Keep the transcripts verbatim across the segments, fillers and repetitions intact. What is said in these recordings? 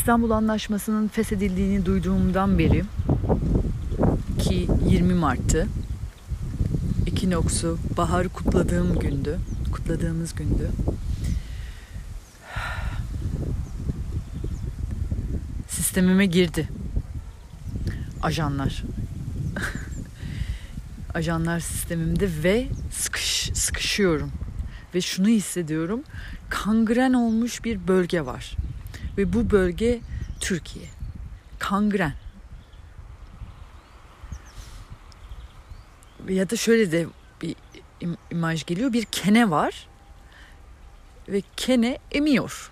İstanbul Anlaşması'nın feshedildiğini duyduğumdan beri, ki yirmi Mart'tı, Ekinoks'u, baharı kutladığım gündü, kutladığımız gündü. Sistemime girdi ajanlar. Ajanlar sistemimde ve sıkış, sıkışıyorum. Ve şunu hissediyorum, kangren olmuş bir bölge var. Ve bu bölge Türkiye. Kangren. Ya da şöyle de bir imaj geliyor, bir kene var. Ve kene emiyor.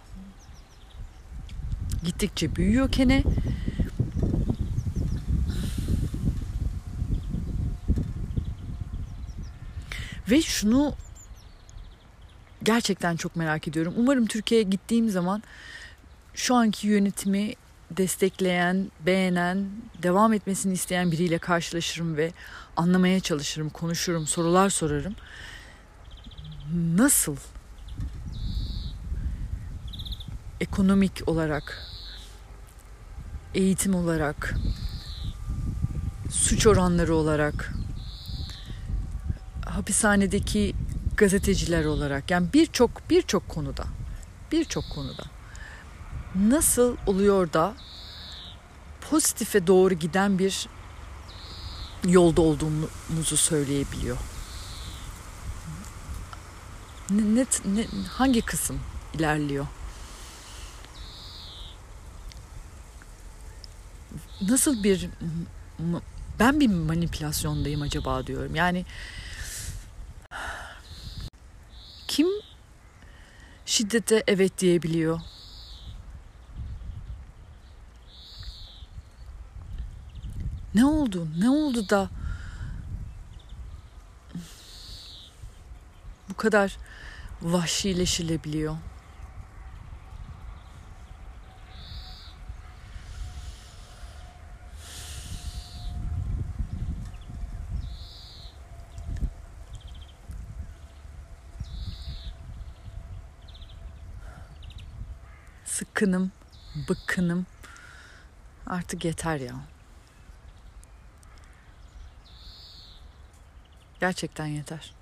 Gittikçe büyüyor kene. Ve şunu gerçekten çok merak ediyorum. Umarım Türkiye'ye gittiğim zaman şu anki yönetimi destekleyen, beğenen, devam etmesini isteyen biriyle karşılaşırım ve anlamaya çalışırım, konuşurum, sorular sorarım. Nasıl? Ekonomik olarak, eğitim olarak, suç oranları olarak, hapishanedeki gazeteciler olarak, yani birçok birçok konuda, birçok konuda nasıl oluyor da pozitife doğru giden bir yolda olduğumuzu söyleyebiliyor? Ne, ne, ne, hangi kısım ilerliyor? Nasıl bir, ben bir manipülasyondayım acaba diyorum. Yani kim şiddete evet diyebiliyor? Ne oldu? Ne oldu da bu kadar vahşileşilebiliyor? Sıkkınım, bıkkınım. Artık yeter ya. Gerçekten yeter.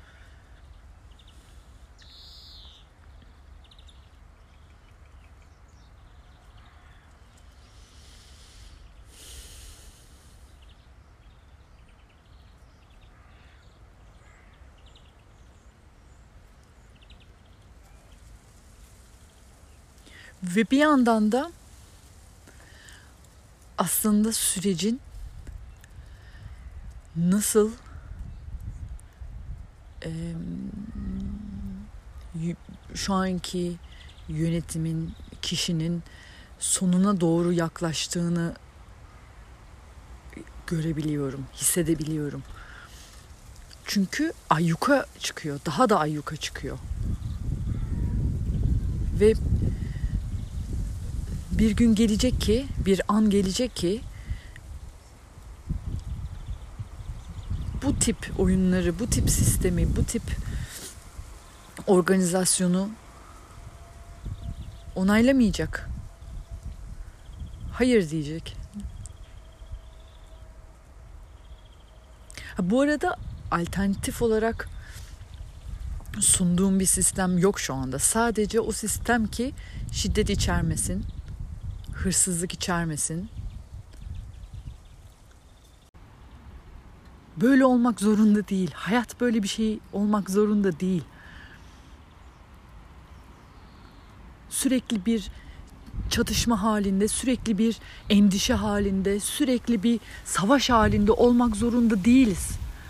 Ve bir yandan da aslında sürecin nasıl e, şu anki yönetimin, kişinin sonuna doğru yaklaştığını görebiliyorum, hissedebiliyorum. Çünkü ayyuka çıkıyor, daha da ayyuka çıkıyor. Ve bir gün gelecek ki, bir an gelecek ki bu tip oyunları, bu tip sistemi, bu tip organizasyonu onaylamayacak. Hayır diyecek. Ha, bu arada alternatif olarak sunduğum bir sistem yok şu anda. Sadece o sistem ki şiddet içermesin, hırsızlık içermesin. Böyle olmak zorunda değil. Hayat böyle bir şey olmak zorunda değil. Sürekli bir çatışma halinde, sürekli bir endişe halinde, sürekli bir savaş halinde olmak zorunda değiliz.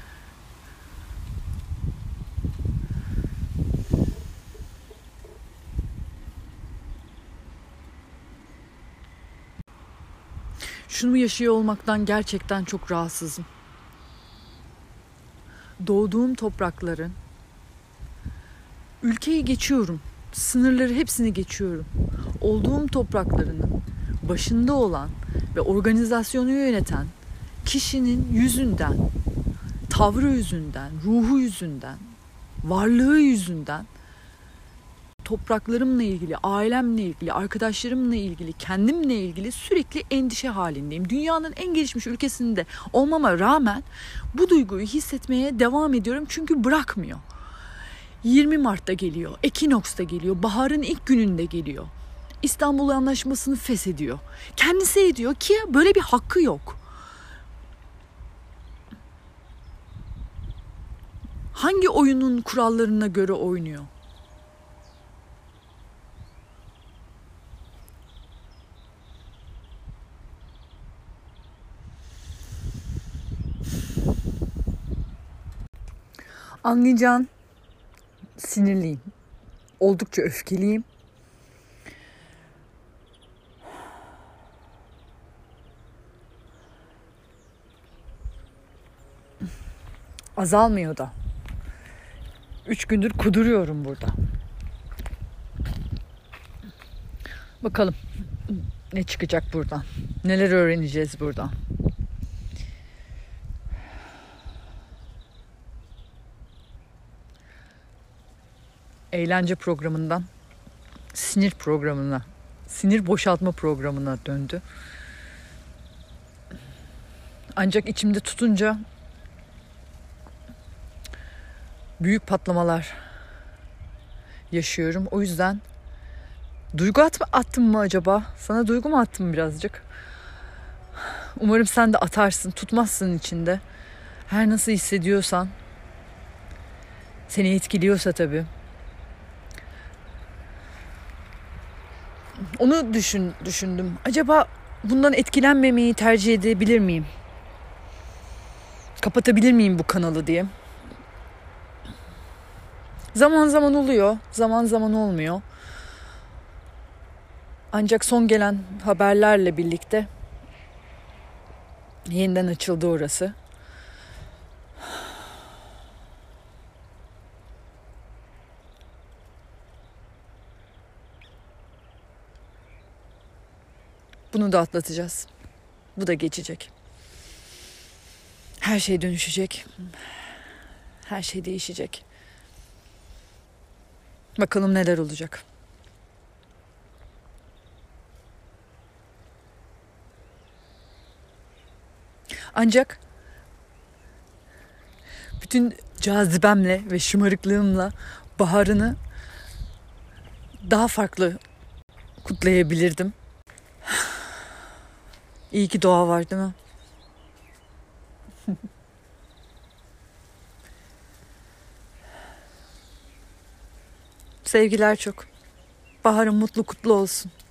Şunu yaşıyor olmaktan gerçekten çok rahatsızım. Doğduğum toprakların, ülkeyi geçiyorum, sınırları hepsini geçiyorum. Olduğum topraklarının başında olan ve organizasyonu yöneten kişinin yüzünden, tavrı yüzünden, ruhu yüzünden, varlığı yüzünden topraklarımla ilgili, ailemle ilgili, arkadaşlarımla ilgili, kendimle ilgili sürekli endişe halindeyim. Dünyanın en gelişmiş ülkesinde olmama rağmen bu duyguyu hissetmeye devam ediyorum çünkü bırakmıyor. yirmi Mart'ta geliyor, Ekinoks'ta geliyor, baharın ilk gününde geliyor. İstanbul Anlaşması'nı feshediyor. Kendisi ediyor ki böyle bir hakkı yok. Hangi oyunun kurallarına göre oynuyor? Anlayacağın, sinirliyim. Oldukça öfkeliyim. Azalmıyor da. Üç gündür kuduruyorum burada. Bakalım ne çıkacak buradan. Neler öğreneceğiz buradan. Eğlence programından sinir programına, sinir boşaltma programına döndü. Ancak içimde tutunca büyük patlamalar yaşıyorum. O yüzden duygu at attım mı acaba? Sana duygu mu attım birazcık? Umarım sen de atarsın, tutmazsın içinde. Her nasıl hissediyorsan, seni etkiliyorsa tabii. Onu düşün, düşündüm. Acaba bundan etkilenmemeyi tercih edebilir miyim? Kapatabilir miyim bu kanalı diye. Zaman zaman oluyor, zaman zaman olmuyor. Ancak son gelen haberlerle birlikte yeniden açıldı orası. Bunu da atlatacağız. Bu da geçecek. Her şey dönüşecek. Her şey değişecek. Bakalım neler olacak. Ancak bütün cazibemle ve şımarıklığımla baharını daha farklı kutlayabilirdim. İyi ki doğa var, değil mi? Sevgiler çok. Baharın mutlu kutlu olsun.